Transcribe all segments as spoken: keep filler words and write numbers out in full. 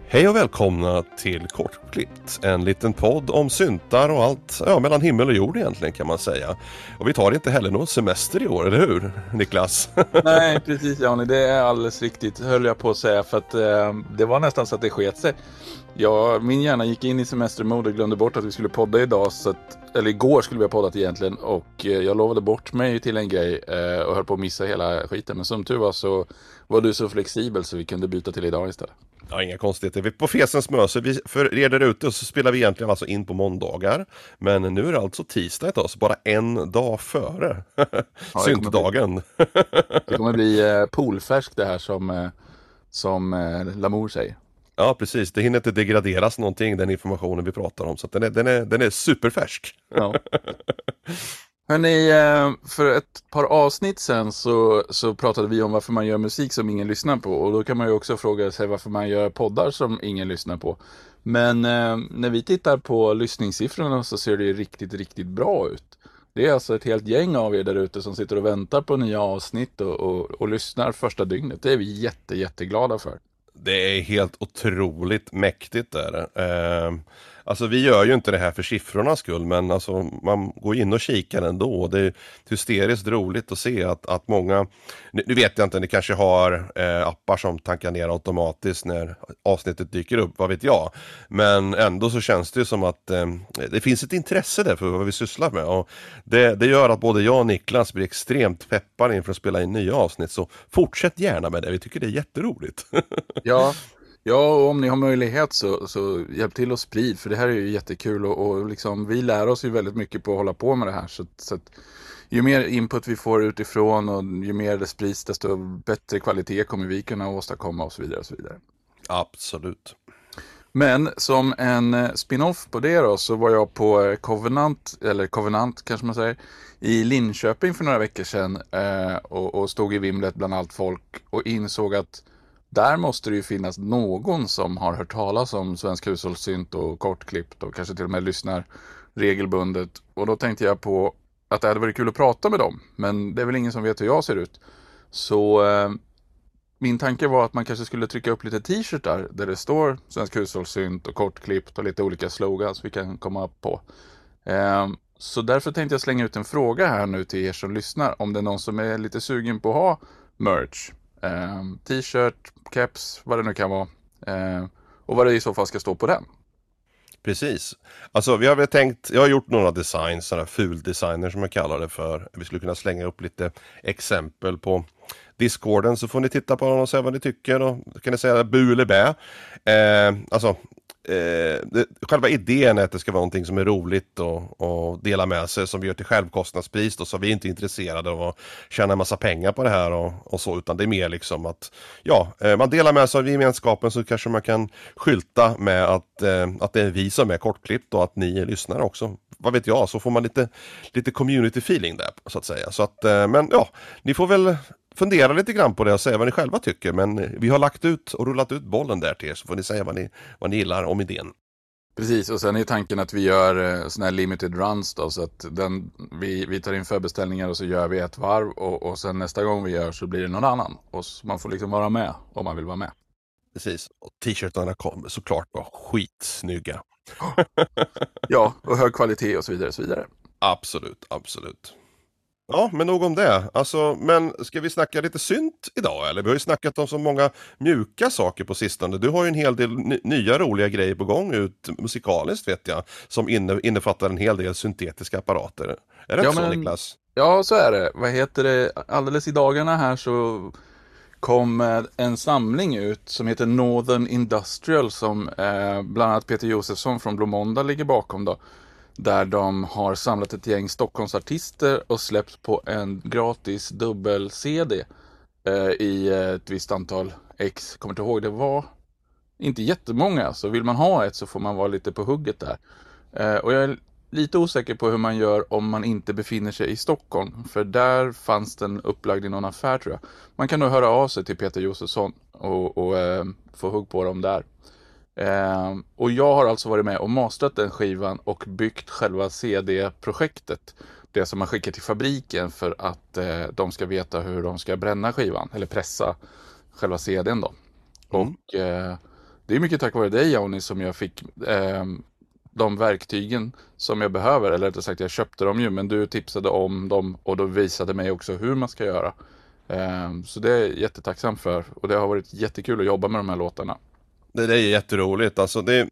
Hej och välkomna till Kortklippt, en liten podd om syntar och allt ja, mellan himmel och jord egentligen kan man säga. Och vi tar inte heller någon semester i år, eller hur Niklas? Nej, precis Janne, det är alldeles riktigt höll jag på att säga för att eh, det var nästan så att det sket sig. Ja, min hjärna gick in i semestermode och glömde bort att vi skulle podda idag, så att, eller igår skulle vi ha poddat egentligen, och eh, jag lovade bort mig till en grej eh, och höll på att missa hela skiten. Men som tur var så var du så flexibel så vi kunde byta till idag istället. Ja, inga konstigheter. Vi är på Fesens möse. Vi, för er där ute så spelar vi egentligen alltså in på måndagar. Men nu är det alltså tisdag idag, så bara en dag före Ja, syntdagen. Det kommer bli, det kommer bli eh, poolfärsk det här som, eh, som eh, Lamour säger. Ja, precis. Det hinner inte degraderas någonting, den informationen vi pratar om. Så att den, är, den, är, den är superfärsk. Ja. Hörrni, för ett par avsnitt sen så, så pratade vi om varför man gör musik som ingen lyssnar på. Och då kan man ju också fråga sig varför man gör poddar som ingen lyssnar på. Men eh, när vi tittar på lyssningssiffrorna så ser det ju riktigt, riktigt bra ut. Det är alltså ett helt gäng av er där ute som sitter och väntar på nya avsnitt och, och, och lyssnar första dygnet. Det är vi jätte, jätteglada för. Det är helt otroligt mäktigt där. Eh, alltså vi gör ju inte det här för siffrornas skull, men alltså man går in och kikar ändå. Det är hysteriskt roligt att se att, att många, nu vet jag inte, ni kanske har eh, appar som tankar ner automatiskt när avsnittet dyker upp, vad vet jag. Men ändå så känns det ju som att eh, det finns ett intresse där för vad vi sysslar med. Och det, det gör att både jag och Niklas blir extremt peppade inför att spela in nya avsnitt. Så fortsätt gärna med det, vi tycker det är jätteroligt. Ja, ja, och om ni har möjlighet så, så hjälp till att sprid, för det här är ju jättekul och, och liksom, vi lär oss ju väldigt mycket på att hålla på med det här, så, så att ju mer input vi får utifrån och ju mer det sprids desto bättre kvalitet kommer vi kunna åstadkomma och så vidare och så vidare. Absolut. Men som en spin-off på det då så var jag på Covenant, eller Covenant kanske man säger, i Linköping för några veckor sedan eh, och, och stod i vimlet bland allt folk och insåg att där måste det ju finnas någon som har hört talas om Svensk Hushållssynt och Kortklippt och kanske till och med lyssnar regelbundet. Och då tänkte jag på att det hade varit kul att prata med dem. Men det är väl ingen som vet hur jag ser ut. Så eh, min tanke var att man kanske skulle trycka upp lite t-shirtar där det står Svensk Hushållssynt och Kortklippt och lite olika slogans vi kan komma på. Eh, så därför tänkte jag slänga ut en fråga här nu till er som lyssnar. Om det är någon som är lite sugen på att ha merch. Eh, t-shirt, caps, vad det nu kan vara. Eh, och vad det i så fall ska stå på den. Precis. Alltså vi har väl tänkt, jag har gjort några designs, sådana fuldesigner som jag kallar det för. Vi skulle kunna slänga upp lite exempel på Discorden, så får ni titta på dem och säga vad ni tycker. Och kan ni säga bu eller bä. Eh, alltså Eh, det, själva idén är att det ska vara någonting som är roligt och, och dela med sig, som vi gör till självkostnadspris då, så vi är inte intresserade av att tjäna en massa pengar på det här och, och så, utan det är mer liksom att ja, eh, man delar med sig av gemenskapen, så kanske man kan skylta med att, eh, att det är vi som är Kortklippt och att ni lyssnar också. Vad vet jag, så får man lite, lite community feeling där så att säga. Så att, eh, men ja, ni får väl fundera lite grann på det och säga vad ni själva tycker. Men vi har lagt ut och rullat ut bollen där till er, så får ni säga vad ni, vad ni gillar om idén. Precis, och sen är tanken att vi gör såna här limited runs då, så att den, vi, vi tar in förbeställningar och så gör vi ett varv och, och sen nästa gång vi gör så blir det någon annan. Och så man får liksom vara med om man vill vara med. Precis, och t-shirtarna kommer såklart vara skitsnygga. Ja, och hög kvalitet och så vidare och så vidare. Absolut, absolut. Ja, men nog om det. Alltså, men ska vi snacka lite synt idag? Eller vi har ju snackat om så många mjuka saker på sistone. Du har ju en hel del n- nya roliga grejer på gång ut musikaliskt, vet jag. Som inne, innefattar en hel del syntetiska apparater. Är det ja, inte så, men, Niklas? Ja, så är det. Vad heter det? Alldeles i dagarna här så kom en samling ut som heter Northern Industrial, som eh, bland annat Peter Josefsson från Blå Måndag ligger bakom då. Där de har samlat ett gäng Stockholmsartister och släppt på en gratis dubbel-C D eh, i ett visst antal X. Kommer inte ihåg, det var inte jättemånga. Så vill man ha ett så får man vara lite på hugget där. Eh, och jag är lite osäker på hur man gör om man inte befinner sig i Stockholm. För där fanns den upplagd i någon affär, tror jag. Man kan nog höra av sig till Peter Josefsson och, och eh, få hugg på dem där. Eh, och jag har alltså varit med och mastrat den skivan och byggt själva C D-projektet. Det som man skickar till fabriken för att eh, de ska veta hur de ska bränna skivan. Eller pressa själva C D:n då. Mm. Och eh, det är mycket tack vare dig, Jonny, som jag fick eh, de verktygen som jag behöver. Eller rättare sagt, jag köpte dem ju, men du tipsade om dem och då visade mig också hur man ska göra. Eh, så det är jag jättetacksam för. Och det har varit jättekul att jobba med de här låtarna. Det, det är jätteroligt. Alltså det,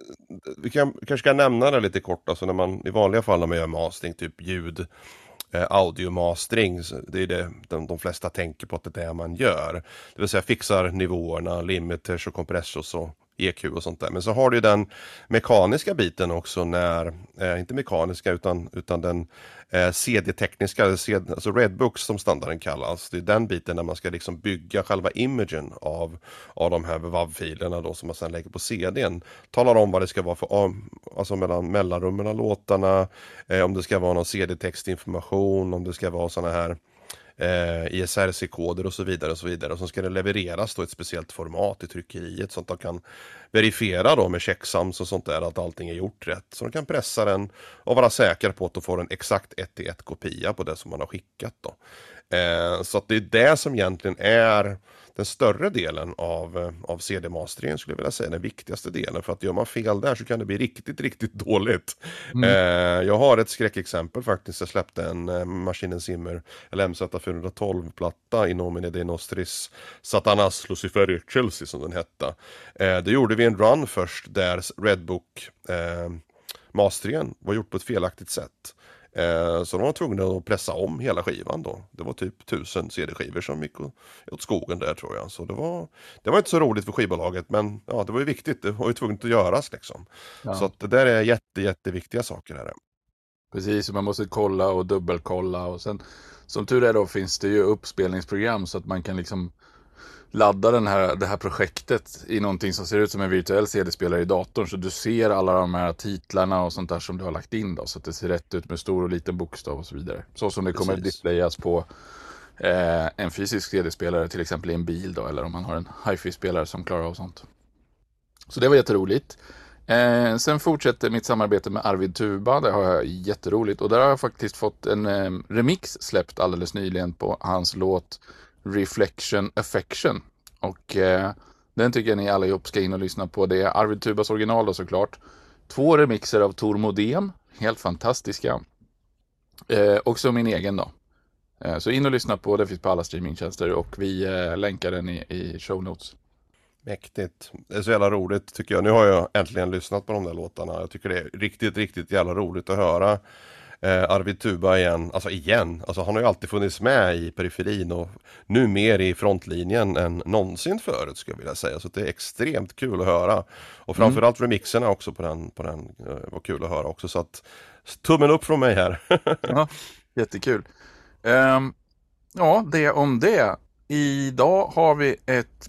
vi kan, kanske ska nämna det lite kort. Alltså när man, i vanliga fall när man gör mastering, typ ljud, eh, audio-mastering, det är det de, de flesta tänker på att det är det man gör. Det vill säga fixar nivåerna, limiters och kompressors och E Q och sånt där. Men så har du ju den mekaniska biten också när, eh, inte mekaniska utan, utan den eh, C D-tekniska, alltså Redbooks som standarden kallas. Det är den biten när man ska liksom bygga själva imagen av, av de här W A V-filerna då som man sedan lägger på C D:n. Talar om vad det ska vara för, alltså mellan mellanrummen av låtarna, eh, om det ska vara någon C D-textinformation, om det ska vara såna här Eh, I S R C-koder och så vidare och så vidare. Och så ska det levereras då ett speciellt format i tryckeriet så att de kan verifiera då med checksums och sånt där att allting är gjort rätt. Så de kan pressa den och vara säkra på att de får en exakt ett till ett kopia på det som man har skickat då. Eh, så att det är det som egentligen är den större delen av, av C D-masteringen, skulle jag vilja säga, den viktigaste delen. För att gör man fel där så kan det bli riktigt, riktigt dåligt. Mm. Eh, jag har ett skräckexempel faktiskt. Jag släppte en eh, Machine Zimmer eller M Z fyrahundratolv-platta i Nomine Dei Nostris Satanas Luciferi Chelsea som den hette. Eh, det gjorde vi en run först där Redbook eh, masteringen var gjort på ett felaktigt sätt. Eh, så de var tvungna att pressa om hela skivan då. Det var typ tusen C D-skivor som gick åt skogen där, tror jag. Så det var, det var inte så roligt för skivbolaget, men ja, det var ju viktigt. Det var ju tvunget att göras liksom. Ja. Så att det där är jätte, jätteviktiga saker här. Precis, man måste kolla och dubbelkolla. Och sen, som tur är då, finns det ju uppspelningsprogram så att man kan liksom ladda den här, det här projektet i någonting som ser ut som en virtuell C D-spelare i datorn, så du ser alla de här titlarna och sånt där som du har lagt in då, så att det ser rätt ut med stor och liten bokstav och så vidare. Så som det kommer att displayas på eh, en fysisk C D-spelare, till exempel i en bil då, eller om man har en hi-fi-spelare som klarar av sånt. Så det var jätteroligt. Eh, sen fortsätter mitt samarbete med Arvid Tuba, det har jag jätteroligt, och där har jag faktiskt fått en eh, remix släppt alldeles nyligen på hans låt Reflection Affection. Och eh, den tycker jag ni alla ihop ska in och lyssna på. Det är Arvid Tubas original då, såklart. Två remixer av Tor Modem, helt fantastiska. Eh, också min egen då. Eh, så in och lyssna på, det finns på alla streamingtjänster och vi eh, länkar den i, i show notes. Mäktigt. Det är så jävla roligt tycker jag. Nu har jag äntligen lyssnat på de där låtarna. Jag tycker det är riktigt, riktigt jävla roligt att höra Eh, Arvid Tuba igen, alltså igen, alltså han har ju alltid funnits med i periferin och nu mer i frontlinjen än någonsin förut, skulle jag vilja säga, så det är extremt kul att höra och framförallt mm. remixerna också på den, på den eh, var kul att höra också, så att tummen upp från mig här. Ja, jättekul. Um, ja, det om det. Idag har vi ett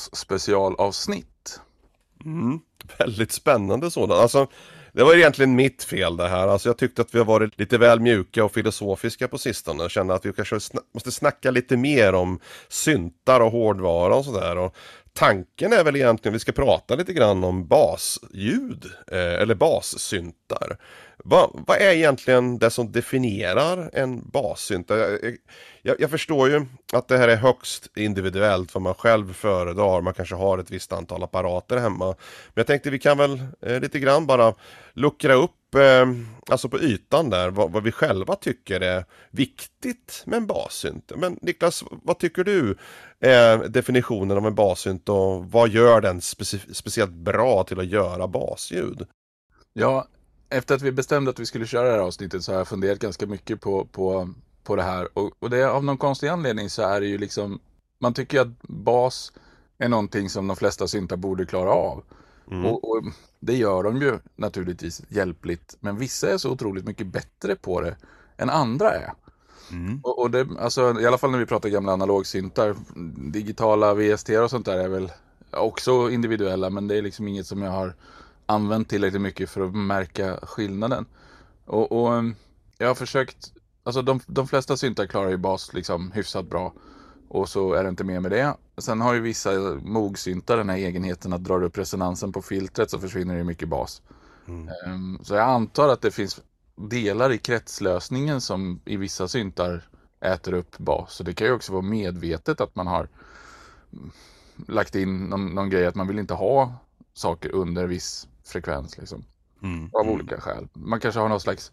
basspecialavsnitt. Mm, väldigt spännande sådant, alltså. Det var egentligen mitt fel det här. Alltså jag tyckte att vi har varit lite väl mjuka och filosofiska på sistone. Jag kände att vi kanske sna- måste snacka lite mer om syntar och hårdvara och sådär. Och tanken är väl egentligen att vi ska prata lite grann om basljud. Eh, eller bassyntar. Va, vad är egentligen det som definierar en bassynt? Jag, jag, jag förstår ju att det här är högst individuellt vad man själv föredrar. Man kanske har ett visst antal apparater hemma. Men jag tänkte vi kan väl eh, lite grann bara luckra upp eh, alltså på ytan där vad, vad vi själva tycker är viktigt med en bassynt. Men Niklas, vad tycker du är definitionen av en bassynt och vad gör den speci- speciellt bra till att göra basljud? Ja, efter att vi bestämde att vi skulle köra det här avsnittet så har jag funderat ganska mycket på, på, på det här. Och, och det är av någon konstig anledning så är det ju liksom, man tycker att bas är någonting som de flesta syntar borde klara av. Mm. Och, och det gör de ju naturligtvis hjälpligt. Men vissa är så otroligt mycket bättre på det än andra är. Mm. Och, och det, alltså, i alla fall när vi pratar gamla analogsyntar, digitala V S T och sånt där är väl också individuella, men det är liksom inget som jag har använt tillräckligt mycket för att märka skillnaden. Och, och jag har försökt, alltså de, de flesta syntar klarar ju bas liksom hyfsat bra. Och så är det inte mer med det. Sen har ju vissa Moog-syntar den här egenheten att dra upp resonansen på filtret så försvinner det mycket bas. Mm. Um, så jag antar att det finns delar i kretslösningen som i vissa syntar äter upp bas. Så det kan ju också vara medvetet att man har lagt in någon, någon grej att man vill inte ha saker under viss frekvens liksom. Mm, Av mm. olika skäl. Man kanske har någon slags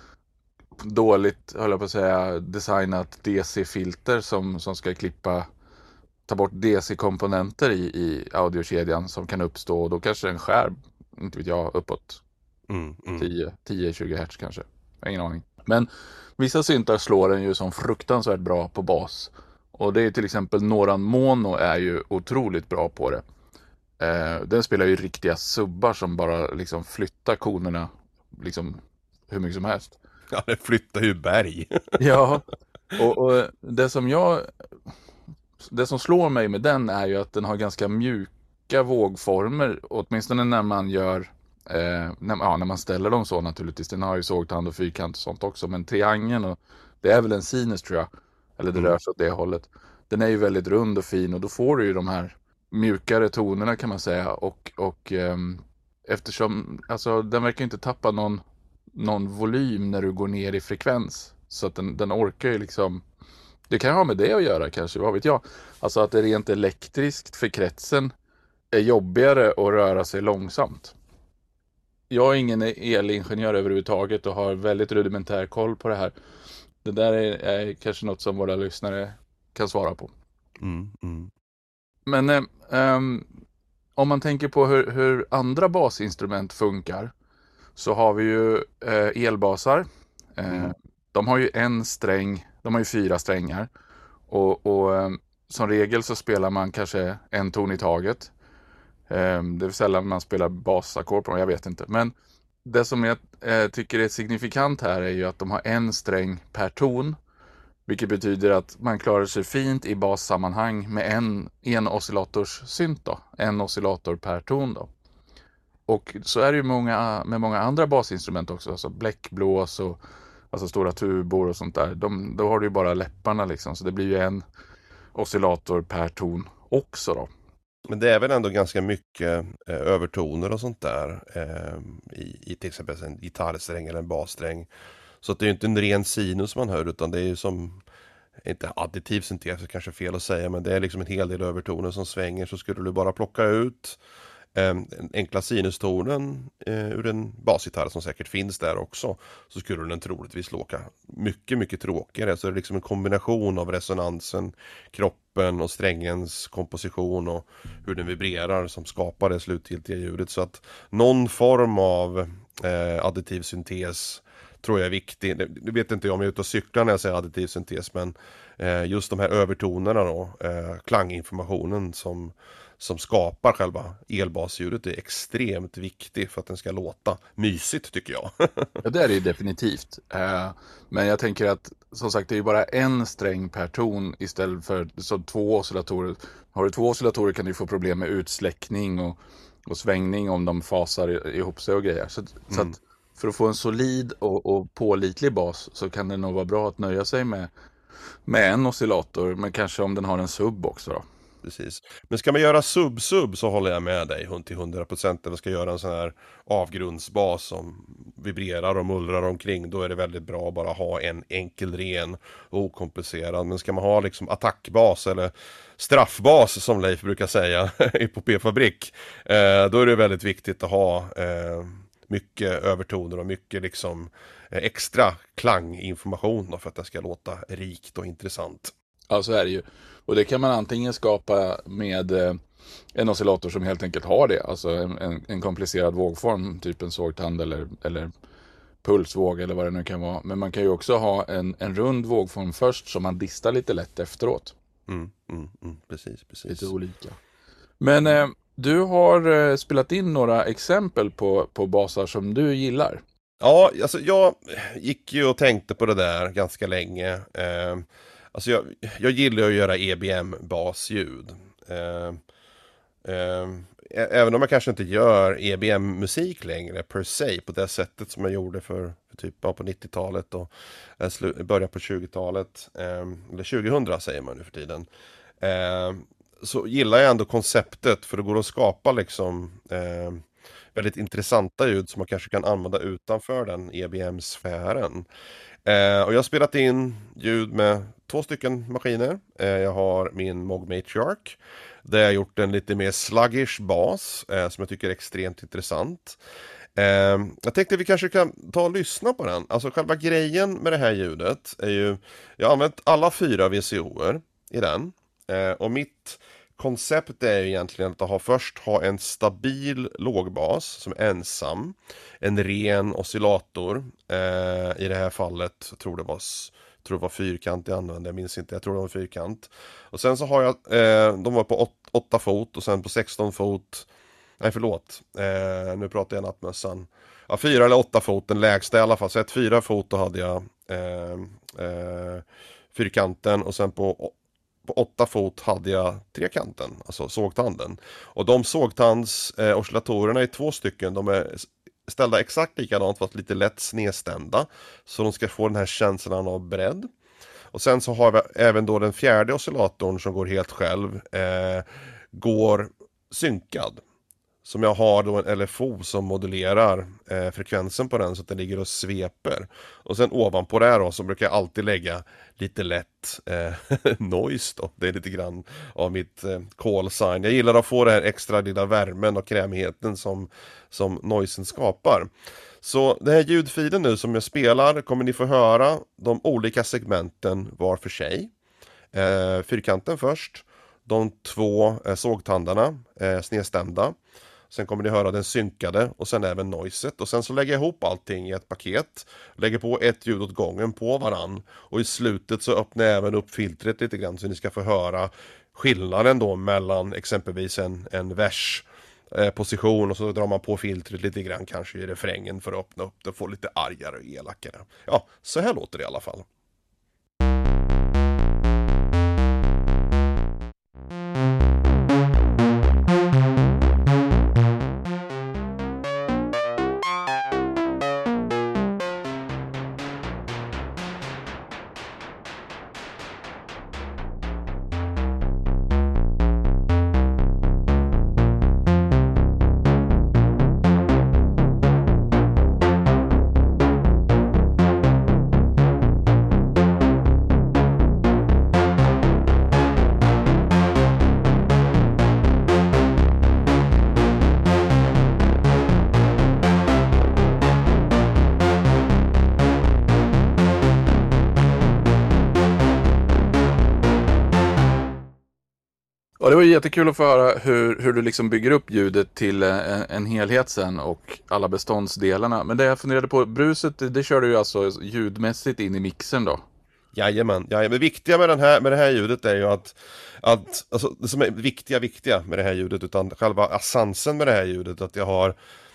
dåligt, höll jag på att säga, designat D C-filter som, som ska klippa, ta bort D C-komponenter i, i audiokedjan som kan uppstå, och då kanske den skär, inte vet jag, uppåt Mm, mm. tio till tjugo hertz kanske. Jag har ingen aning. Men vissa syntar slår den ju som fruktansvärt bra på bas. Och det är till exempel Noran Mono är ju otroligt bra på det. Eh, den spelar ju riktiga subbar som bara liksom flyttar konerna liksom hur mycket som helst. Ja, det flyttar ju berg. Ja, och, och det som jag det som slår mig med den är ju att den har ganska mjuka vågformer, åtminstone när man gör eh, när, ja, när man ställer dem så naturligtvis. Den har ju sågtand och fyrkant och sånt också, men triangeln, och det är väl en sinus tror jag, eller det Mm. rör sig åt det hållet. Den är ju väldigt rund och fin, och då får du ju de här mjukare tonerna kan man säga, och, och ehm, eftersom alltså, den verkar inte tappa någon, någon volym när du går ner i frekvens, så att den, den orkar ju liksom. Det kan ha med det att göra kanske, vad vet jag. Alltså att det rent elektriskt för kretsen är jobbigare att röra sig långsamt. Jag är ingen elingenjör överhuvudtaget och har väldigt rudimentär koll på det här. Det där är, är kanske något som våra lyssnare kan svara på. Mm, mm. Men eh, ehm, om man tänker på hur, hur andra basinstrument funkar, så har vi ju eh, elbasar. Eh, Mm. De har ju en sträng, de har ju fyra strängar. Och, och eh, som regel så spelar man kanske en ton i taget. Eh, det är sällan man spelar basackord på dem, jag vet inte. Men det som jag eh, tycker är signifikant här är ju att de har en sträng per ton. Vilket betyder att man klarar sig fint i bassammanhang med en, en oscillators synt då. En oscillator per ton då. Och så är det ju många, med många andra basinstrument också. Alltså bläckblås och alltså stora tubor och sånt där. De, då har du ju bara läpparna liksom. Så det blir ju en oscillator per ton också då. Men det är väl ändå ganska mycket eh, övertoner och sånt där eh, i, i till exempel en gitarrsträng eller en bassträng. Så att det är ju inte en ren sinus man hör, utan det är ju som, inte additiv syntes kanske fel att säga, men det är liksom en hel del övertoner som svänger. Så skulle du bara plocka ut eh, den enkla sinustonen eh, ur en basgitarr som säkert finns där också, så skulle den troligtvis låta mycket, mycket tråkigare. Så det är liksom en kombination av resonansen, kroppen och strängens komposition och hur den vibrerar som skapar det slutgiltiga ljudet. Så att någon form av eh, additiv syntes tror jag är viktig. Det vet inte jag om jag är ute och cyklar när jag säger additiv syntes, men eh, just de här övertonerna då, eh, klanginformationen som, som skapar själva elbasljudet är extremt viktig för att den ska låta mysigt, tycker jag. Ja, det är det ju definitivt. Eh, men jag tänker att, som sagt, det är ju bara en sträng per ton istället för så två oscillatorer. Har du två oscillatorer kan du få problem med utsläckning och, och svängning om de fasar ihop sig och grejer. Så, mm. så att för att få en solid och, och pålitlig bas så kan det nog vara bra att nöja sig med, med en oscillator, men kanske om den har en sub också då. Precis. Men ska man göra sub-sub så håller jag med dig till hundra procent. Eller ska göra en sån här avgrundsbas som vibrerar och mullrar omkring, då är det väldigt bra att bara ha en enkel, ren och okomplicerad. Men ska man ha liksom attackbas eller straffbas som Leif brukar säga på P-fabrik, eh, då är det väldigt viktigt att ha eh, mycket övertoner och mycket liksom eh, extra klanginformation då, för att det ska låta rikt och intressant. Ja, så är det ju. Och det kan man antingen skapa med eh, en oscillator som helt enkelt har det. Alltså en, en, en komplicerad vågform, typ en sågtand eller, eller pulsvåg eller vad det nu kan vara. Men man kan ju också ha en, en rund vågform först som man distar lite lätt efteråt. Mm, mm, mm, precis, precis. Lite olika. Men eh, du har eh, spelat in några exempel på, på basar som du gillar. Ja, alltså jag gick ju och tänkte på det där ganska länge. Eh, alltså jag, jag gillar att göra E B M-basljud. Eh, eh, även om jag kanske inte gör E B M-musik längre per se på det sättet som jag gjorde för, för typ ja, på nittiotalet och eh, början på tjugotalet. Eh, eller tjugohundra säger man nu för tiden. Eh, så gillar jag ändå konceptet, för det går att skapa liksom eh, väldigt intressanta ljud som man kanske kan använda utanför den E B M-sfären. Eh, och jag har spelat in ljud med två stycken maskiner. Eh, jag har min Moog Matriarch. Där jag har gjort en lite mer sluggish bas eh, som jag tycker är extremt intressant. Eh, jag tänkte att vi kanske kan ta och lyssna på den. Alltså själva grejen med det här ljudet är ju... Jag har använt alla fyra V C O:er i den. Eh, och mitt koncept är ju egentligen att ha först ha en stabil lågbas som är ensam. En ren oscillator. Eh, I det här fallet, jag tror det var... tror det var fyrkant jag använde, jag minns inte, jag tror det var fyrkant. Och sen så har jag, eh, de var på åtta fot och sen på sexton fot, nej förlåt, eh, nu pratar jag nattmössan. Ja, fyra eller åtta fot, den lägsta i alla fall, så ett fyra fot då hade jag eh, eh, fyrkanten och sen på, på åtta fot hade jag trekanten, alltså sågtanden. Och de sågtands eh, oscillatorerna är två stycken, de är ställda exakt likadant fast lite lätt snedstämda. Så de ska få den här känslan av bredd. Och sen så har vi även då den fjärde oscillatorn som går helt själv. Eh, går synkad. Som jag har då en L F O som modulerar eh, frekvensen på den så att den ligger och sveper. Och sen ovanpå det då så brukar jag alltid lägga lite lätt eh, noise då. Det är lite grann av mitt eh, call sign. Jag gillar att få den här extra lilla värmen och krämigheten som, som noisen skapar. Så den här ljudfilen nu som jag spelar kommer ni få höra de olika segmenten var för sig. Eh, fyrkanten först. De två eh, sågtandarna eh, snedstämda. Sen kommer ni höra den synkade och sen även noiset. Och sen så lägger jag ihop allting i ett paket. Lägger på ett ljud åt gången på varann. Och i slutet så öppnar jag även upp filtret lite grann så ni ska få höra skillnaden då mellan exempelvis en, en vers eh, position och så drar man på filtret lite grann kanske i refrängen för att öppna upp det och få lite argare och elakare. Ja, så här låter det i alla fall. Ja, det var jättekul att få höra hur, hur du liksom bygger upp ljudet till en, en helhet sen och alla beståndsdelarna. Men det jag funderade på, bruset, det, det kör du ju alltså ljudmässigt in i mixen då? Jajamän, jajamän. Det viktiga med, den här, med det här ljudet är ju att, att alltså, det som är viktiga, viktiga med det här ljudet, utan själva essensen med det här ljudet, att jag har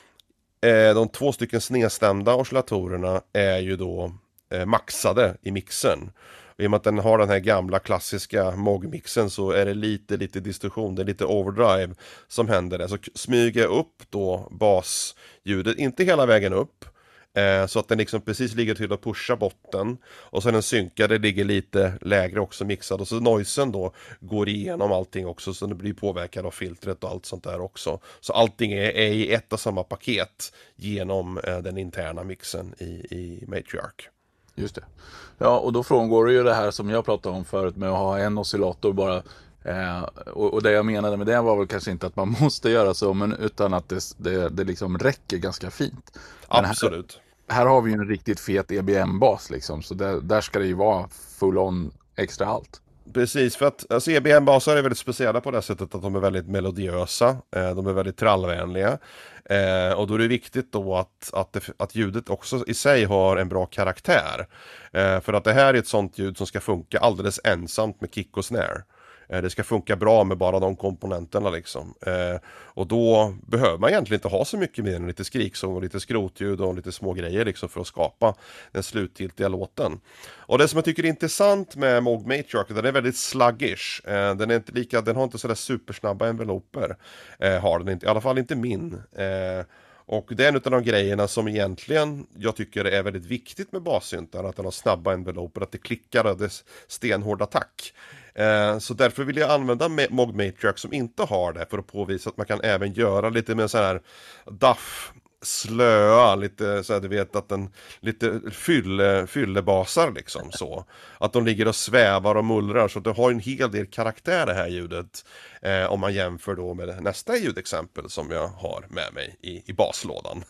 eh, de två stycken snedstämda oscillatorerna är ju då eh, maxade i mixen. I och med att den har den här gamla klassiska Moog-mixen så är det lite, lite distorsion, det är lite overdrive som händer där. Så smyger jag upp då basljudet, inte hela vägen upp, eh, så att den liksom precis ligger till att pusha botten. Och så är den synkad, det ligger lite lägre också mixad. Och så noisen då går igenom allting också, så den blir påverkad av filtret och allt sånt där också. Så allting är, är i ett och samma paket genom eh, den interna mixen i, i Matriarch. Just det. Ja, och då frångår det ju det här som jag pratade om förut med att ha en oscillator bara. Eh, och, och det jag menade med det var väl kanske inte att man måste göra så, men utan att det, det, det liksom räcker ganska fint. Men absolut. Här, här har vi ju en riktigt fet E B M-bas liksom, så där, där ska det ju vara full on extra allt. Precis, för att alltså, E B M-basar är väldigt speciella på det sättet att de är väldigt melodiösa, eh, de är väldigt trallvänliga. Eh, och då är det viktigt då att, att, det, att ljudet också i sig har en bra karaktär. Eh, för att det här är ett sånt ljud som ska funka alldeles ensamt med kick och snare. Eh, det ska funka bra med bara de komponenterna liksom. Eh, och då behöver man egentligen inte ha så mycket mer än lite skriksång och lite skrotljud och lite små grejer liksom för att skapa den slutgiltiga låten. Och det som jag tycker är intressant med Moog Matriarch, den är väldigt sluggish. Eh, den är inte lika, den har inte sådär supersnabba enveloper. Eh, har den inte, i alla fall inte min. Eh, och det är en av de grejerna som egentligen jag tycker är väldigt viktigt med bassyntar, att den har snabba enveloper, att det klickar och det är stenhård attack. Eh, så därför vill jag använda Moog Matriarch som inte har det, för att påvisa att man kan även göra lite mer så här duff slöa, lite så här, du vet att den lite fylle, fyllebasar liksom så. Att de ligger och svävar och mullrar, så att det har en hel del karaktär det här ljudet. Eh, om man jämför då med nästa ljudexempel som jag har med mig i, i baslådan.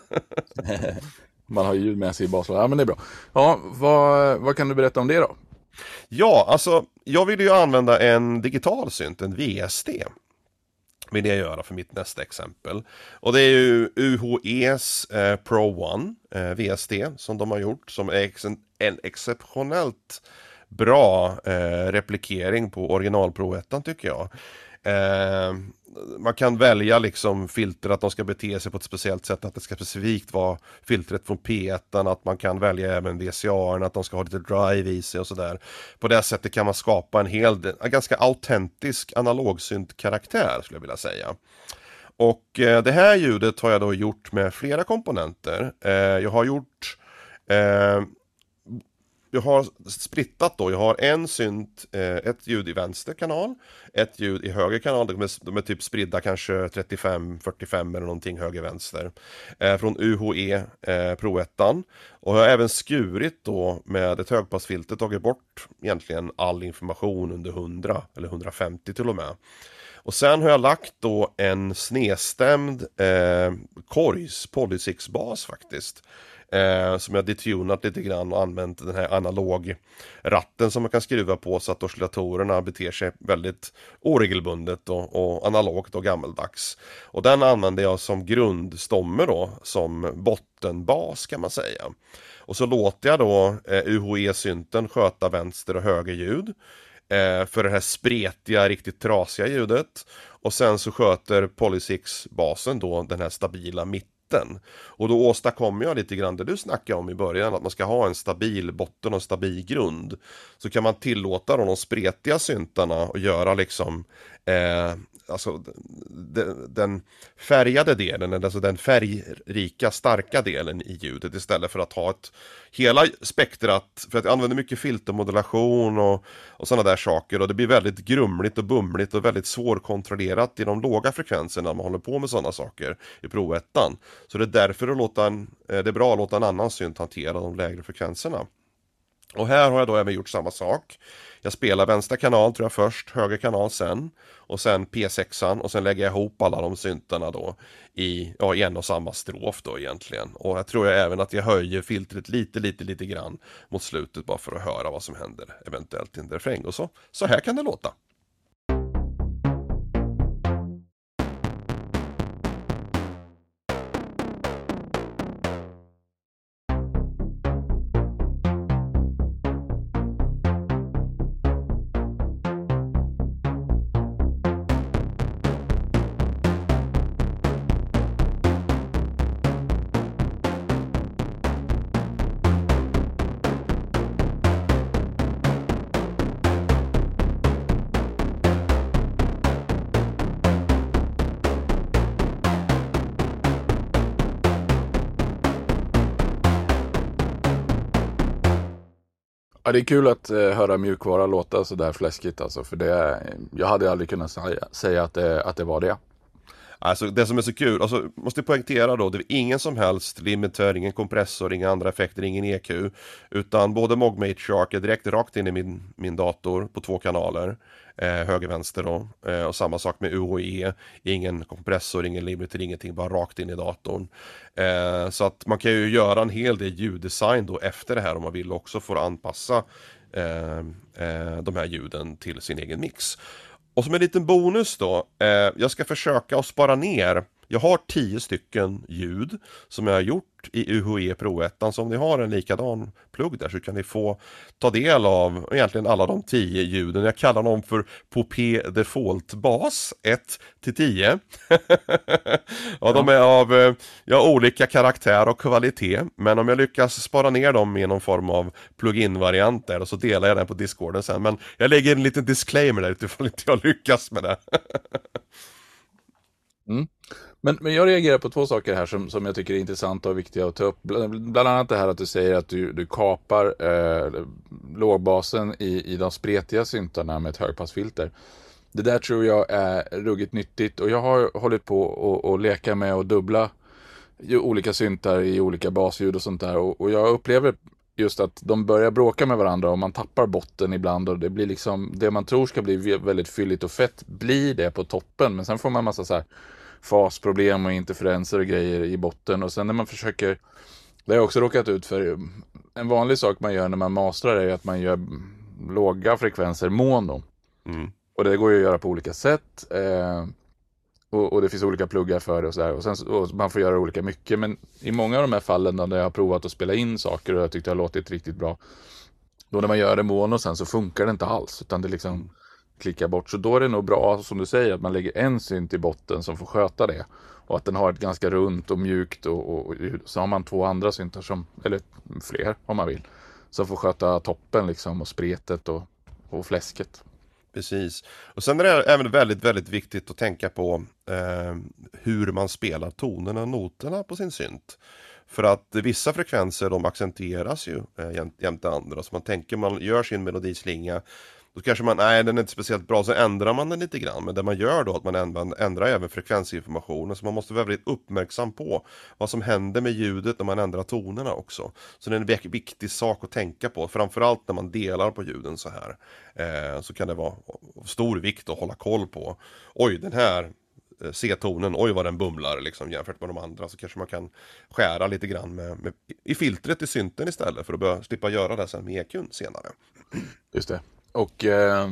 Man har ljud med sig i baslådan. Ja, men det är bra. Ja, vad, vad kan du berätta om det då? Ja, alltså jag vill ju använda en digital synt, en V S D. Vill jag göra för mitt nästa exempel. Och det är ju U H E's eh, Pro One eh, V S D som de har gjort, som är ex en exceptionellt bra eh, replikering på original Pro ett tycker jag. Eh, man kan välja liksom filter, att de ska bete sig på ett speciellt sätt, att det ska specifikt vara filtret från P ett, att man kan välja även V C A, att de ska ha lite drive i sig och sådär. På det sättet kan man skapa en hel en ganska autentisk analogsynt karaktär, skulle jag vilja säga. Och eh, det här ljudet har jag då gjort med flera komponenter. Eh, jag har gjort eh, Jag har splittat då, jag har en synt, eh, ett ljud i vänster kanal, ett ljud i höger kanal, de är, de är typ spridda kanske trettiofem fyrtiofem eller någonting höger-vänster, eh, från U H E eh, Pro ett. Och jag har även skurit då med ett högpassfilter, tagit bort egentligen all information under hundra eller hundrafemtio till och med. Och sen har jag lagt då en snedstämd eh, Korgs Polysix bas faktiskt. Eh, som jag detunat lite grann och använt den här analog ratten som man kan skruva på, så att oscillatorerna beter sig väldigt oregelbundet och, och analogt och gammeldags. Och den använder jag som grundstomme då, som bottenbas kan man säga. Och så låter jag då eh, U H E-synten sköta vänster och höger ljud eh, för det här spretiga, riktigt trasiga ljudet. Och sen så sköter Polysix-basen då den här stabila mitten. Och då åstadkommer jag lite grann det du snackade om i början, att man ska ha en stabil botten och en stabil grund. Så kan man tillåta de spretiga syntarna och göra liksom eh, alltså den, den färgade delen, alltså den färgrika starka delen i ljudet, istället för att ha ett hela spektrat, för att jag använder mycket filtermodulation och, och sådana där saker, och det blir väldigt grumligt och bumligt och väldigt svårkontrollerat i de låga frekvenserna när man håller på med sådana saker i Pro ett. Så det är därför att låta en, det är bra att låta en annan synt hantera de lägre frekvenserna. Och här har jag då även gjort samma sak. Jag spelar vänstra kanal tror jag först, höger kanal sen, och sen P sex, och sen lägger jag ihop alla de syntarna då i, ja, i en och samma strof då egentligen. Och jag tror jag även att jag höjer filtret lite, lite, lite grann mot slutet, bara för att höra vad som händer eventuellt i en refräng och så. Så här kan det låta. Ja, det är kul att eh, höra mjukvara låta så där fläskigt alltså, för det, jag hade aldrig kunnat säga, säga att, det, att det var det. Alltså det som är så kul, alltså måste poängtera då, det är ingen som helst limiter, ingen kompressor, inga andra effekter, ingen E Q, utan både Mogmate Shark är direkt rakt in i min, min dator på två kanaler, eh, höger vänster då, eh, och samma sak med U H E, ingen kompressor, ingen limiter, ingenting, bara rakt in i datorn. Eh, så att man kan ju göra en hel del ljuddesign då efter det här om man vill också få anpassa eh, eh, de här ljuden till sin egen mix. Och som en liten bonus då, eh, jag ska försöka att spara ner. Jag har tio stycken ljud som jag har gjort i U H E Pro ett. Så om ni har en likadan plugg där så kan ni få ta del av egentligen alla de tio ljuden. Jag kallar dem för Popé Default Bas ett till tio. Ja, de är av eh, ja, olika karaktär och kvalitet. Men om jag lyckas spara ner dem i någon form av plugin-variant där, och så delar jag den på Discorden sen. Men jag lägger en liten disclaimer där utifrån inte jag lyckas med det. Mm. Men, men jag reagerar på två saker här som, som jag tycker är intressanta och viktiga att ta upp. Bland, bland annat det här att du säger att du, du kapar eh, lågbasen i, i de spretiga syntarna med ett högpassfilter. Det där tror jag är ruggigt nyttigt, och jag har hållit på att leka med att dubbla ju olika syntar i olika basljud och sånt där. Och, och jag upplever just att de börjar bråka med varandra och man tappar botten ibland och det blir liksom, det man tror ska bli väldigt fylligt och fett blir det på toppen, men sen får man massa så här fasproblem och interferenser och grejer i botten, och sen när man försöker, det har jag också råkat ut för, en vanlig sak man gör när man mastrar är att man gör låga frekvenser mono. Mm. Och det går ju att göra på olika sätt. Eh, och, och det finns olika pluggar för det och sådär. Och, sen, och man får göra olika mycket. Men i många av de här fallen då, där jag har provat att spela in saker och jag tyckte det har låtit riktigt bra. Då när man gör det mono sen så funkar det inte alls. Utan det liksom mm. klickar bort. Så då är det nog bra, som du säger, att man lägger en synt i botten som får sköta det. Och att den har ett ganska runt och mjukt. Och, och, och så har man två andra syntar som, eller fler om man vill, som får sköta toppen liksom och spretet och, och fläsket. Precis. Och sen är det även väldigt, väldigt viktigt att tänka på eh, hur man spelar tonerna och noterna på sin synt. För att vissa frekvenser, de accentueras ju eh, jämte andra. Så man tänker, man gör sin melodislinga, då kanske man, nej den är inte speciellt bra, så ändrar man den lite grann. Men det man gör då, att man ändrar, ändrar även frekvensinformationen. Så man måste vara väldigt uppmärksam på vad som händer med ljudet när man ändrar tonerna också. Så det är en viktig sak att tänka på. Framförallt när man delar på ljuden så här. Eh, så kan det vara av stor vikt att hålla koll på. Oj, den här C-tonen, oj vad den bumlar liksom, jämfört med de andra. Så kanske man kan skära lite grann med, med, i filtret i synten istället, för att börja, slippa göra det sen med E Q:n senare. Just det. Och eh,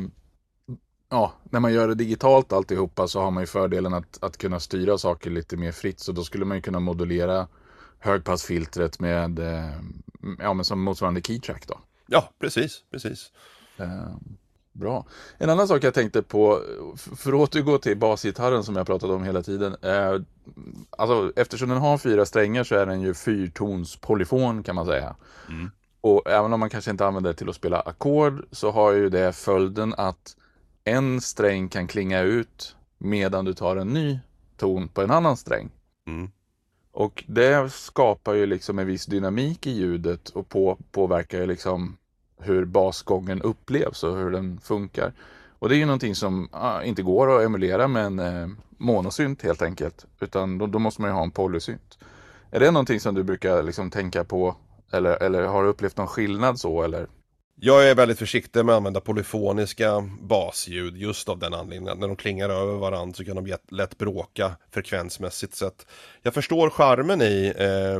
ja, när man gör det digitalt alltihopa så har man ju fördelen att, att kunna styra saker lite mer fritt. Så då skulle man ju kunna modulera högpassfiltret med, eh, ja, men som motsvarande keytrack då. Ja, precis, precis. Eh, bra. En annan sak jag tänkte på, för att återgå till basgitarren som jag pratade om hela tiden. Eh, alltså, eftersom den har fyra strängar så är den ju fyrtons polyfon kan man säga. Mm. Och även om man kanske inte använder det till att spela ackord så har ju det följden att en sträng kan klinga ut medan du tar en ny ton på en annan sträng. Mm. Och det skapar ju liksom en viss dynamik i ljudet och på, påverkar ju liksom hur basgången upplevs och hur den funkar. Och det är ju någonting som ah, inte går att emulera med en eh, monosynt helt enkelt. Utan då, då måste man ju ha en polysynt. Är det någonting som du brukar liksom tänka på? Eller, eller har du upplevt någon skillnad så? Eller? Jag är väldigt försiktig med att använda polyfoniska basljud just av den anledningen. När de klingar över varandra så kan de lätt bråka frekvensmässigt. Så att jag förstår charmen i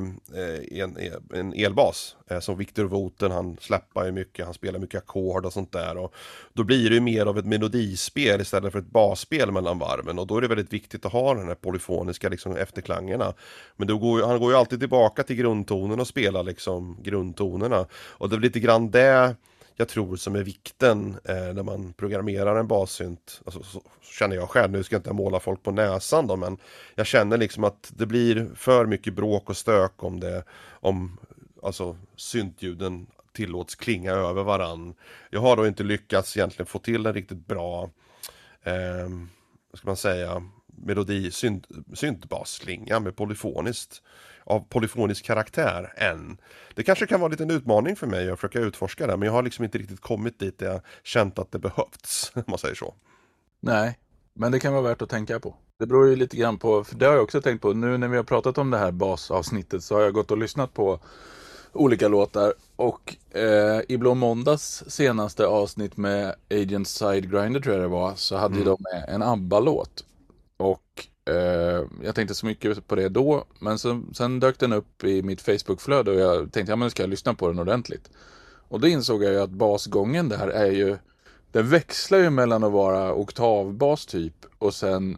eh, en, en elbas. Eh, som Victor Woten, han släppar ju mycket, han spelar mycket ackord och sånt där. Och då blir det ju mer av ett melodispel istället för ett basspel mellan varven. Och då är det väldigt viktigt att ha den här polyfoniska liksom, efterklangerna. Men då går ju, han går ju alltid tillbaka till grundtonen och spelar liksom grundtonerna. Och det är lite grann det jag tror som är vikten eh, när man programmerar en bassynt. Alltså, så, så känner jag själv, nu ska jag inte måla folk på näsan då, men jag känner liksom att det blir för mycket bråk och stök om det, om alltså syntljuden tillåts klinga över varann. Jag har då inte lyckats egentligen få till en riktigt bra eh, vad ska man säga, melodi, synt, syntbasslinga med polyfoniskt av polyfonisk karaktär än. Det kanske kan vara en liten utmaning för mig att försöka utforska det, men jag har liksom inte riktigt kommit dit där jag känt att det behövts, om man säger så. Nej, men det kan vara värt att tänka på. Det beror ju lite grann på, för det har jag också tänkt på, nu när vi har pratat om det här basavsnittet så har jag gått och lyssnat på olika låtar och eh, i Blå Måndags senaste avsnitt med Agent Sidegrinder tror jag det var, så hade mm. de med en ABBA-låt. Och eh, jag tänkte så mycket på det då, men så, sen dök den upp i mitt Facebook-flöde och jag tänkte, ja men ska jag lyssna på den ordentligt. Och då insåg jag ju att basgången där är ju, den växlar ju mellan att vara oktavbas typ och sen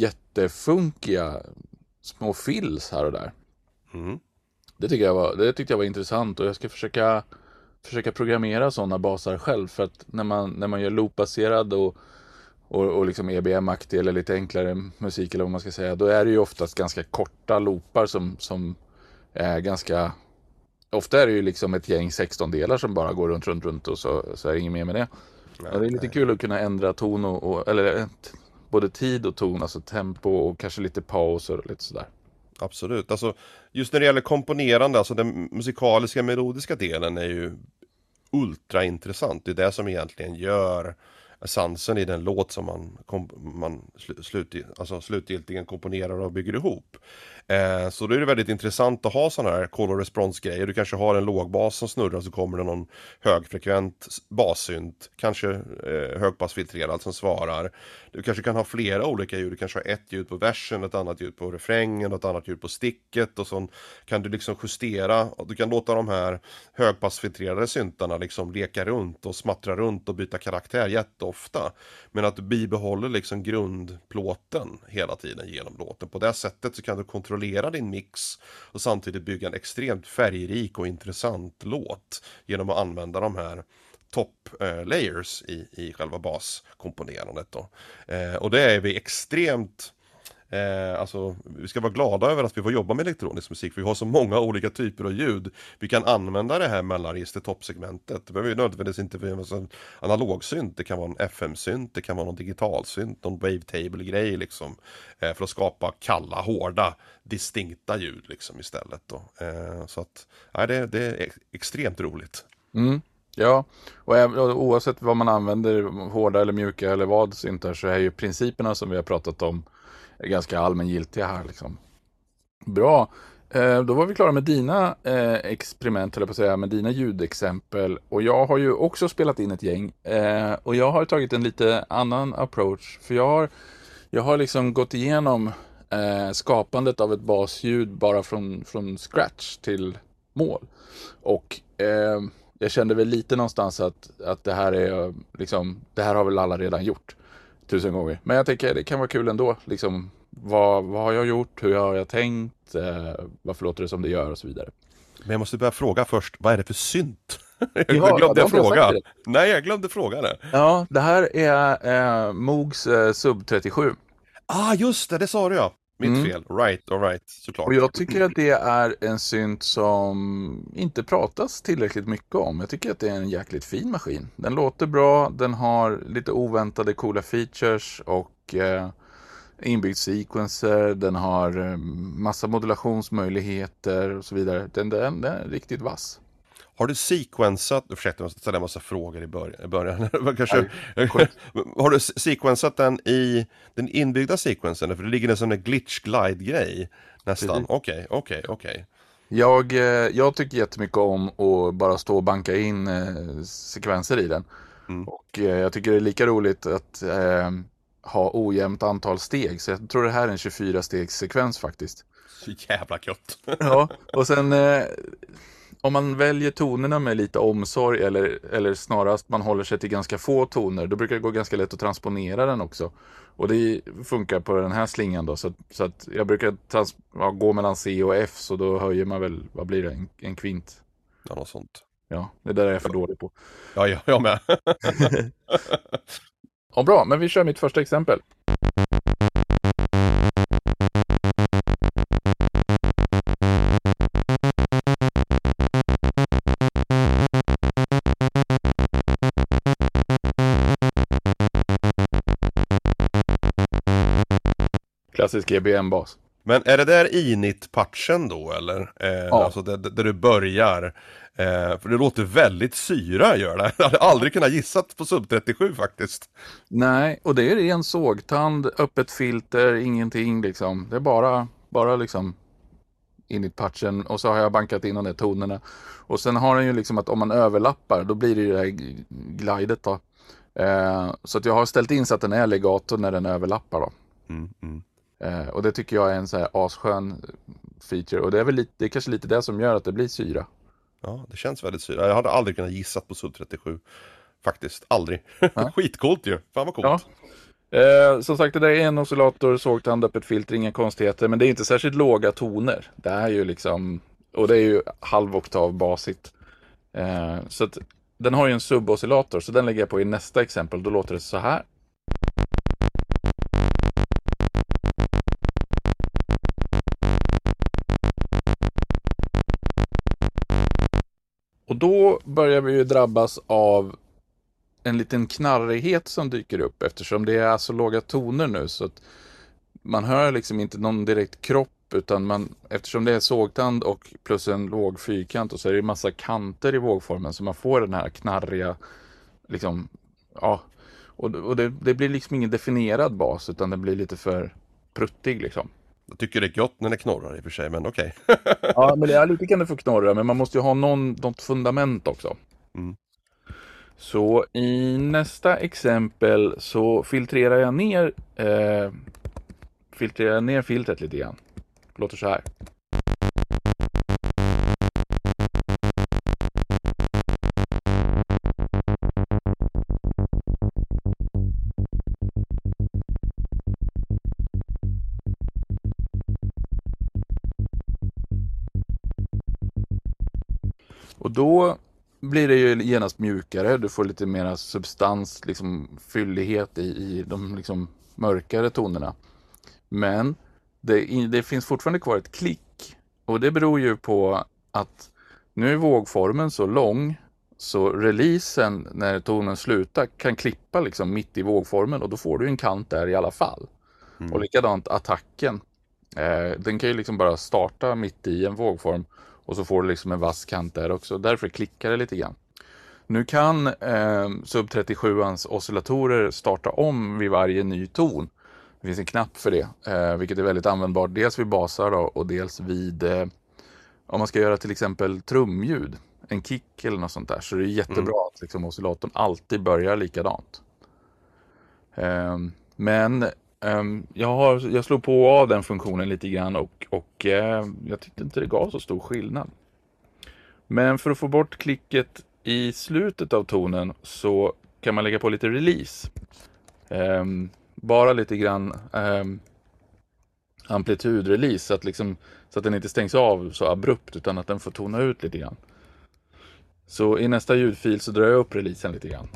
jättefunkiga små fills här och där. Mm. Det, tycker jag var, det tyckte jag var intressant och jag ska försöka, försöka programmera sådana basar själv, för att när man, när man gör loopbaserad och Och, och liksom E B M-aktig eller lite enklare musik eller vad man ska säga, då är det ju oftast ganska korta loopar som, som är ganska, ofta är det ju liksom ett gäng sexton-delar som bara går runt, runt, runt och så, så är det inget mer med det. Nej, och det är lite nej. kul att kunna ändra ton och, och eller både tid och ton, alltså tempo och kanske lite pauser och lite sådär. Absolut, alltså just när det gäller komponerande, alltså den musikaliska melodiska delen är ju ultra intressant. Det är det som egentligen gör essensen i den låt som man, kom, man sl, slut, alltså slutgiltigen komponerar och bygger ihop. Eh, så då är det väldigt intressant att ha sådana här call och response-grejer. Du kanske har en lågbas som snurrar, så kommer det någon högfrekvent bassynt, kanske eh, högpassfiltrerad som svarar. Du kanske kan ha flera olika ljud. Du kanske har ett ljud på versen, ett annat ljud på refrängen, ett annat ljud på sticket, och så kan du liksom justera, och du kan låta de här högpassfiltrerade syntarna liksom leka runt och smattra runt och byta karaktär jätteofta, men att du bibehåller liksom grundplåten hela tiden genom låten. På det sättet så kan du kontrollera din mix och samtidigt bygga en extremt färgrik och intressant låt genom att använda de här top eh, layers i, i själva baskomponerandet då. Eh, och det är vi extremt Eh, alltså, vi ska vara glada över att vi får jobba med elektronisk musik, för vi har så många olika typer av ljud. Vi kan använda det här mellanregister toppsegmentet. Det behöver ju nödvändigtvis inte vara en analogsynt, det kan vara en F M-synt, det kan vara någon digitalsynt, någon wavetable-grej liksom, eh, för att skapa kalla, hårda, distinkta ljud liksom istället då. Eh, så att, ja, det, det är extremt roligt. Mm. Ja, och även, oavsett vad man använder, hårda eller mjuka eller vad syntar, så är ju principerna som vi har pratat om är ganska allmängiltiga här liksom. Bra, eh, då var vi klara med dina eh, experiment, eller på att säga, med dina ljudexempel. Och jag har ju också spelat in ett gäng. Eh, och jag har tagit en lite annan approach. För jag har, jag har liksom gått igenom eh, skapandet av ett basljud bara från, från scratch till mål. Och eh, jag kände väl lite någonstans att, att det här är liksom, det här har väl alla redan gjort tusen gånger. Men jag tänker det kan vara kul ändå. Liksom, vad, vad har jag gjort? Hur har jag tänkt? Eh, varför låter det som det gör? Och så vidare. Men jag måste börja fråga först, vad är det för synt? jag Ja, glömde ja, fråga. Nej, jag glömde fråga det. Ja, det här är eh, Moogs eh, Sub trettiosju. Ah, just det, det sa du ja. Mitt Mm. fel. Right, all right, såklart. Och jag tycker att det är en synt som inte pratas tillräckligt mycket om. Jag tycker att det är en jäkligt fin maskin. Den låter bra, den har lite oväntade coola features och eh, inbyggd sequencer. Den har eh, massa modulationsmöjligheter och så vidare. Den, den, den är riktigt vass. Har du sequensat, ursäkta jag måste ställa en massa frågor i början, början. Kanske, har du sequensat den i den inbyggda sequensen? För det ligger en sån där glitch glide grej nästan. Okej, okej, okej. Jag, eh, jag tycker jättemycket om att bara stå och banka in eh, sekvenser i den. Mm. Och eh, jag tycker det är lika roligt att eh, ha ojämnt antal steg. Så jag tror det här är en tjugofyra stegs sekvens faktiskt. Så jävla gött. Ja, och sen eh, om man väljer tonerna med lite omsorg, eller, eller snarast man håller sig till ganska få toner, då brukar det gå ganska lätt att transponera den också. Och det funkar på den här slingan då, så, så att jag brukar trans- ja, gå mellan C och F, så då höjer man väl, vad blir det, en, en kvint. Ja, något sånt. Ja, det där är jag för dålig på. Ja, jag, jag med. Ja, bra, men vi kör mitt första exempel. Klassisk E B M-bas. Men är det där init-patchen då, eller? Eh, Ja. Alltså där, där du börjar. Eh, för det låter väldigt syra, gör det. Jag hade aldrig kunnat gissat på Sub trettiosju faktiskt. Nej, och det är en sågtand, öppet filter, ingenting liksom. Det är bara, bara liksom init-patchen, och så har jag bankat in de där tonerna. Och sen har den ju liksom att om man överlappar, då blir det ju det här glidet då. Eh, så att jag har ställt in så att den är legato när den överlappar då. Mm, mm. Eh, och det tycker jag är en så här asskön feature. Och det är väl lite, det är kanske lite det som gör att det blir syra. Ja, det känns väldigt syra. Jag hade aldrig kunnat gissat på Sub trettiosju. Faktiskt, aldrig. Ja. Skitcoolt ju. Fan vad coolt. Ja. Eh, som sagt, det där är en oscillator, sågtand, öppet filter, inga konstigheter. Men det är inte särskilt låga toner. Det är ju liksom, och det är ju halvoktav basigt. Eh, så att den har ju en suboscillator, så den lägger jag på i nästa exempel. Då låter det så här. Och då börjar vi ju drabbas av en liten knarrighet som dyker upp, eftersom det är så låga toner nu, så att man hör liksom inte någon direkt kropp, utan man, eftersom det är sågtand och plus en låg fyrkant, och så är det en massa kanter i vågformen, så man får den här knarriga liksom, ja, Och, och det, det blir liksom ingen definierad bas, utan den blir lite för pruttig liksom. Jag tycker det är gott när det knorrar i och för sig, men okej. Ja, men det är lite kan det få knorra, men man måste ju ha någon, något fundament också. Mm. Så i nästa exempel så filtrerar jag ner eh, filtrerar jag ner filtret lite grann. Låter så här. Och då blir det ju genast mjukare. Du får lite mer substans, liksom fyllighet i, i de liksom mörkare tonerna. Men det, det finns fortfarande kvar ett klick. Och det beror ju på att nu är vågformen så lång så releasen när tonen slutar kan klippa liksom mitt i vågformen och då får du en kant där i alla fall. Mm. Och likadant attacken. Eh, den kan ju liksom bara starta mitt i en vågform och så får du liksom en vass kant där också. Därför klickar det lite grann. Nu kan eh, Sub trettiosjuans oscillatorer starta om vid varje ny ton. Det finns en knapp för det, eh, vilket är väldigt användbart. Dels vid basar då, och dels vid eh, om man ska göra till exempel trumljud. En kick eller något sånt där. Så det är jättebra mm. att liksom, oscillatorn alltid börjar likadant. Eh, men eh, jag, har, jag slog på av den funktionen lite grann och, och eh, jag tyckte inte det gav så stor skillnad. Men för att få bort klicket i slutet av tonen så kan man lägga på lite release. Eh, bara lite grann eh, amplitudrelease så att, liksom, så att den inte stängs av så abrupt utan att den får tona ut lite grann. Så i nästa ljudfil så drar jag upp releasen lite grann.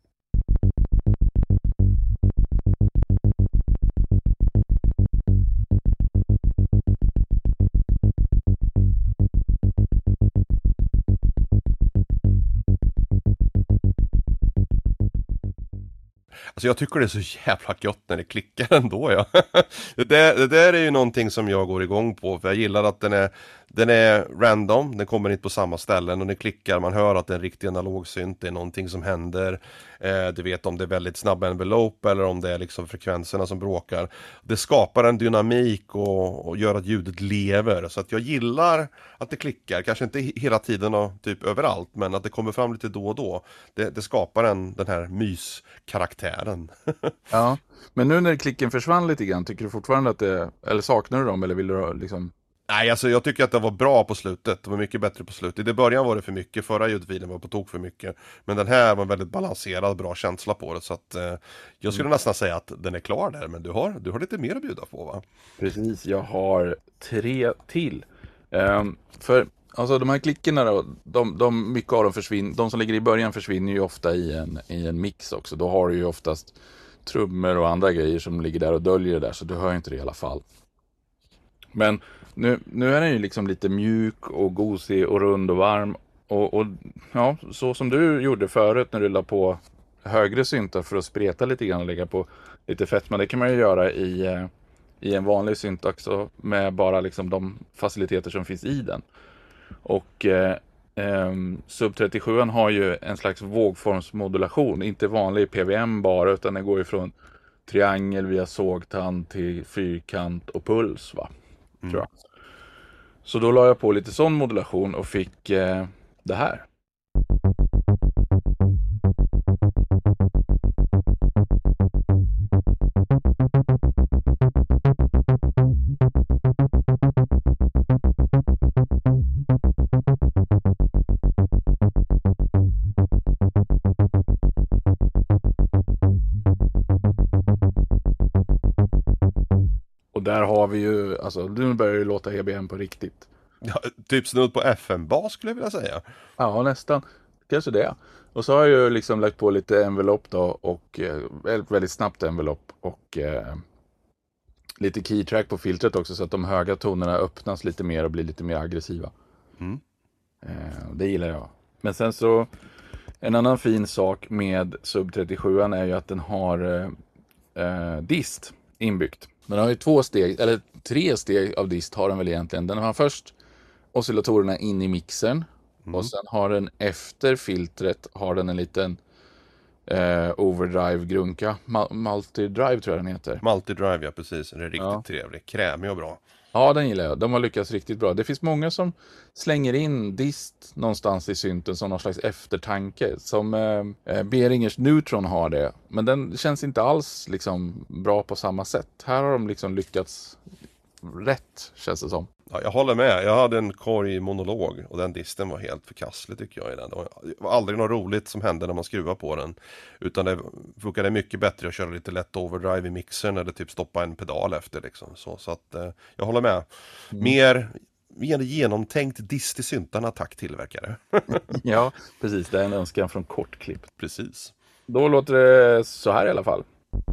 Alltså jag tycker det är så jävla gott när det klickar ändå. Ja. det, där, det där är ju någonting som jag går igång på. För jag gillar att den är, den är random. Den kommer inte på samma ställen. Och den klickar, man hör att det är en riktig analogsynt. Det är någonting som händer. Eh, du vet om det är väldigt snabb envelope. Eller om det är liksom frekvenserna som bråkar. Det skapar en dynamik och, och gör att ljudet lever. Så att jag gillar att det klickar. Kanske inte hela tiden och typ överallt. Men att det kommer fram lite då och då. Det, det skapar en, den här myskaraktären. Ja, men nu när klicken försvann lite grann, tycker du fortfarande att det, eller saknar du dem, eller vill du liksom? Nej, alltså jag tycker att det var bra på slutet. Det var mycket bättre på slutet. I början var det för mycket, förra ljudfilen var på tok för mycket. Men den här var väldigt balanserad, bra känsla på det. Så att eh, jag skulle mm. nästan säga att den är klar där, men du har, du har lite mer att bjuda på, va? Precis, jag har tre till. Um, för alltså de här klickerna då, de, de, mycket av dem försvinner, de som ligger i början försvinner ju ofta i en, i en mix också. Då har du ju oftast trummor och andra grejer som ligger där och döljer det där, så du hör inte det i alla fall. Men nu, nu är den ju liksom lite mjuk och gosig och rund och varm. Och, och ja, så som du gjorde förut när du la på högre syntar för att spreta lite grann och lägga på lite fett. Men det kan man ju göra i, i en vanlig synt också med bara liksom de faciliteter som finns i den. Och eh, eh, Sub trettiosju har ju en slags vågformsmodulation. Inte vanlig P V M bara, utan den går ju från triangel via sågtand till fyrkant och puls, va? Mm. Tror jag. Så då la jag på lite sån modulation och fick eh, det här. Och där har vi ju, alltså nu börjar det låta E B M på riktigt. Ja, typ snudd på F M-bas skulle jag vilja säga. Ja, nästan. Kanske det. Och så har jag ju liksom lagt på lite envelop då och eh, väldigt snabbt envelop och eh, lite keytrack på filtret också så att de höga tonerna öppnas lite mer och blir lite mer aggressiva. Mm. Eh, det gillar jag. Men sen så, en annan fin sak med Sub trettiosju är ju att den har eh, dist inbyggt. Den har ju två steg, eller tre steg av dist har den väl egentligen. Den har först oscillatorerna in i mixern. Mm. Och sen har den efter filtret har den en liten eh, overdrive grunka. Ma- multidrive tror jag den heter. Multidrive, ja precis. Den är riktigt Ja. trevlig. Krämig och bra. Ja, den gillar jag. De har lyckats riktigt bra. Det finns många som slänger in dist någonstans i synten som någon slags eftertanke. Som eh, Behringers Neutron har det. Men den känns inte alls liksom bra på samma sätt. Här har de liksom lyckats rätt, känns det som. Ja, jag håller med. Jag hade en Korg monolog och den disten var helt förkastlig tycker jag i den. Det var aldrig något roligt som hände när man skruvar på den. Utan det funkade mycket bättre att köra lite lätt overdrive i mixern eller typ stoppa en pedal efter liksom. Så, så att eh, jag håller med. Mm. Mer, mer genomtänkt dist i syntarna, tack tillverkare. Ja, precis. Det är en önskan från Kortklipp. Precis. Då låter det så här i alla fall.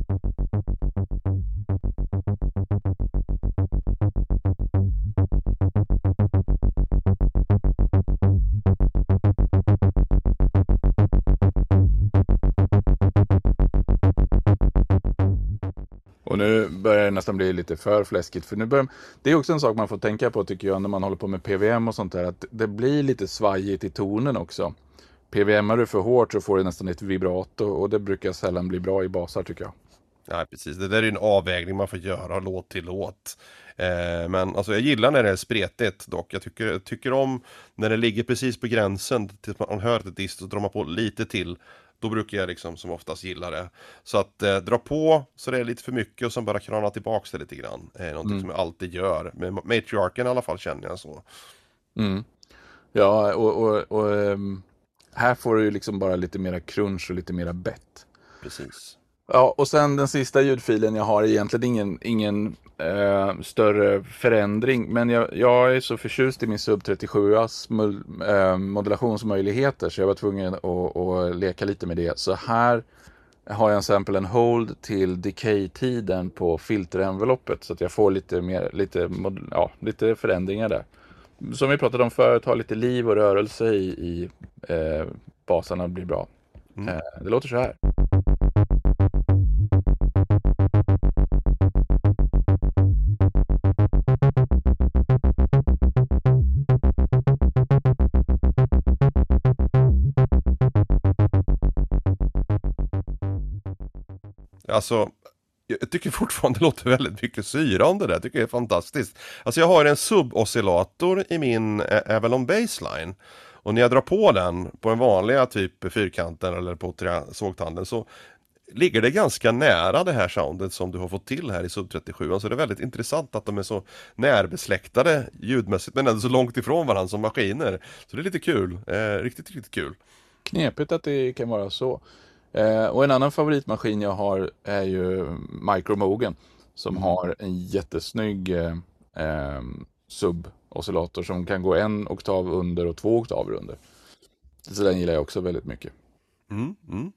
Och nu börjar det nästan bli lite för fläskigt. För nu börjar, det är också en sak man får tänka på tycker jag när man håller på med P V M och sånt där. Att det blir lite svajigt i tonen också. P V M-ar du för hårt så får du nästan ett vibrato. Och det brukar sällan bli bra i basar tycker jag. Ja, precis. Det där är en avvägning man får göra låt till låt. Eh, men alltså jag gillar när det är spretigt dock. Jag tycker, jag tycker om när det ligger precis på gränsen tills man hör ett dist och drar man på lite till. Då brukar jag liksom som oftast gilla det. Så att eh, dra på så det är lite för mycket och sen bara krana tillbaka det lite grann. Det är någonting mm. som jag alltid gör. Med Matriarchen i alla fall känner jag så. Mm. Ja, och, och, och um, här får du ju liksom bara lite mera crunch och lite mera bett. Precis. Ja, och sen den sista ljudfilen jag har är egentligen ingen, ingen eh, större förändring. Men jag, jag är så förtjust i min Sub trettiosjuas mul, eh, modulationsmöjligheter så jag var tvungen att, att leka lite med det. Så här har jag en sample and hold till decay-tiden på filterenveloppet så att jag får lite, mer, lite, ja, lite förändringar där. Som vi pratade om förut, ha lite liv och rörelse i, i eh, basarna blir bra. Mm. Eh, det låter så här. Alltså, jag tycker fortfarande det låter väldigt mycket syra om det där. Jag tycker det är fantastiskt. Alltså jag har en sub-oscillator i min Avalon Baseline. Och när jag drar på den på en vanliga typ fyrkanten eller på sågtanden så ligger det ganska nära det här soundet som du har fått till här i Sub trettiosju. Så det är väldigt intressant att de är så närbesläktade ljudmässigt men ändå så långt ifrån varandra som maskiner. Så det är lite kul. Eh, riktigt, riktigt kul. Knepigt att det kan vara så. Eh, och en annan favoritmaskin jag har är ju Micro Mogen som mm. har en jättesnygg eh, eh, sub-oscillator som kan gå en oktav under och två oktaver under. Så den gillar jag också väldigt mycket. Mm, mm.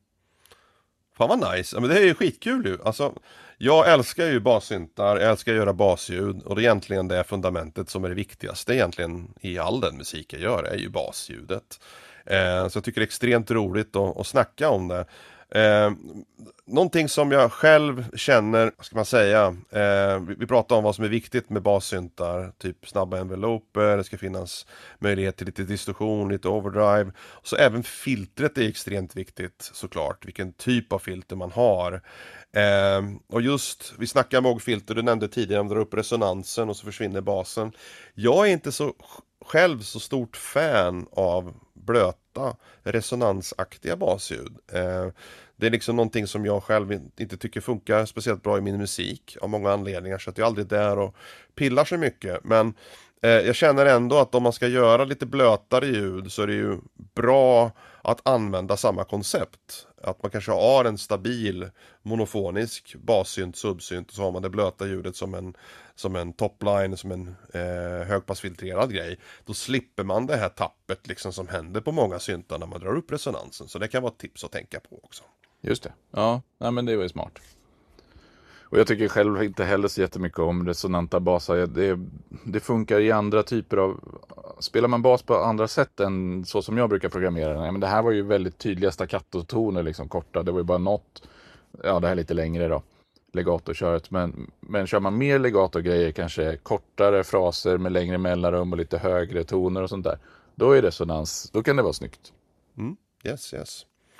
Fan vad nice, ja, men det är ju skitkul ju. Alltså, jag älskar ju bassyntar, jag älskar att göra basljud och det är egentligen det fundamentet som är det viktigaste egentligen i all den musik jag gör är ju basljudet. Eh, så jag tycker det är extremt roligt att, att snacka om det. Eh, någonting som jag själv känner, ska man säga, eh, vi, vi pratar om vad som är viktigt med bassyntar, typ snabba enveloper, det ska finnas möjlighet till lite distorsion, lite overdrive. Så även filtret är extremt viktigt såklart, vilken typ av filter man har. Eh, och just, vi snackar om filter, du nämnde tidigare, man drar upp resonansen och så försvinner basen. Jag är inte så själv så stort fan av blöta, resonansaktiga basljud. Eh, det är liksom någonting som jag själv inte tycker funkar speciellt bra i min musik av många anledningar, så att jag aldrig är där och pillar så mycket. Men eh, jag känner ändå att om man ska göra lite blötare ljud så är det ju bra att använda samma koncept. Att man kanske har en stabil monofonisk bassynt, subsynt och så har man det blöta ljudet som en, som en topline, som en eh, högpassfiltrerad grej. Då slipper man det här tappet liksom som händer på många syntar när man drar upp resonansen. Så det kan vara ett tips att tänka på också. Just det. Ja, nej, men det var ju smart. Och jag tycker själv inte heller så jättemycket om resonanta basar. Det, det funkar i andra typer av... Spelar man bas på andra sätt än så som jag brukar programmera den. Ja, men det här var ju väldigt tydliga staccato-toner, liksom korta. Det var ju bara något... Ja, det här är lite längre då. Legato-köret. Men, men kör man mer legato-grejer, kanske kortare fraser med längre mellanrum och lite högre toner och sånt där. Då är resonans... Då kan det vara snyggt. Mm, yes, yes.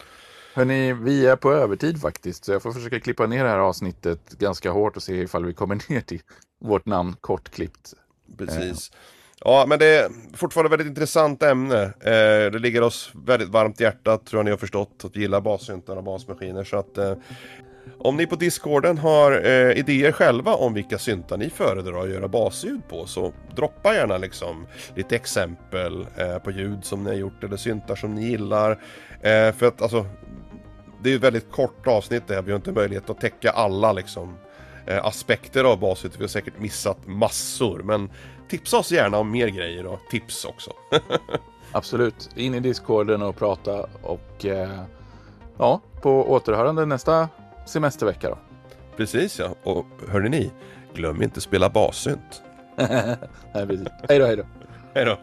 Hörrni, vi är på övertid faktiskt, så jag får försöka klippa ner det här avsnittet ganska hårt och se ifall vi kommer ner till vårt namn kortklippt. Precis. Ja, men det är fortfarande ett väldigt intressant ämne. Eh, det ligger oss väldigt varmt i hjärtat, tror jag ni har förstått, att gilla bassyntar och basmaskiner. Så att eh, om ni på Discorden har eh, idéer själva om vilka syntar ni föredrar att göra basljud på, så droppa gärna liksom lite exempel eh, på ljud som ni har gjort eller syntar som ni gillar. Eh, för att alltså, det är ett väldigt kort avsnitt där, vi har inte möjlighet att täcka alla liksom eh, aspekter av basljud. Vi har säkert missat massor, men tipsa oss gärna om mer grejer och tips också. Absolut, in i Discorden och prata och eh, ja, på återhörande nästa semestervecka då. Precis ja, och hörni ni, glöm inte spela bassynt. Nej, precis. Hej då, hej då. Hej då.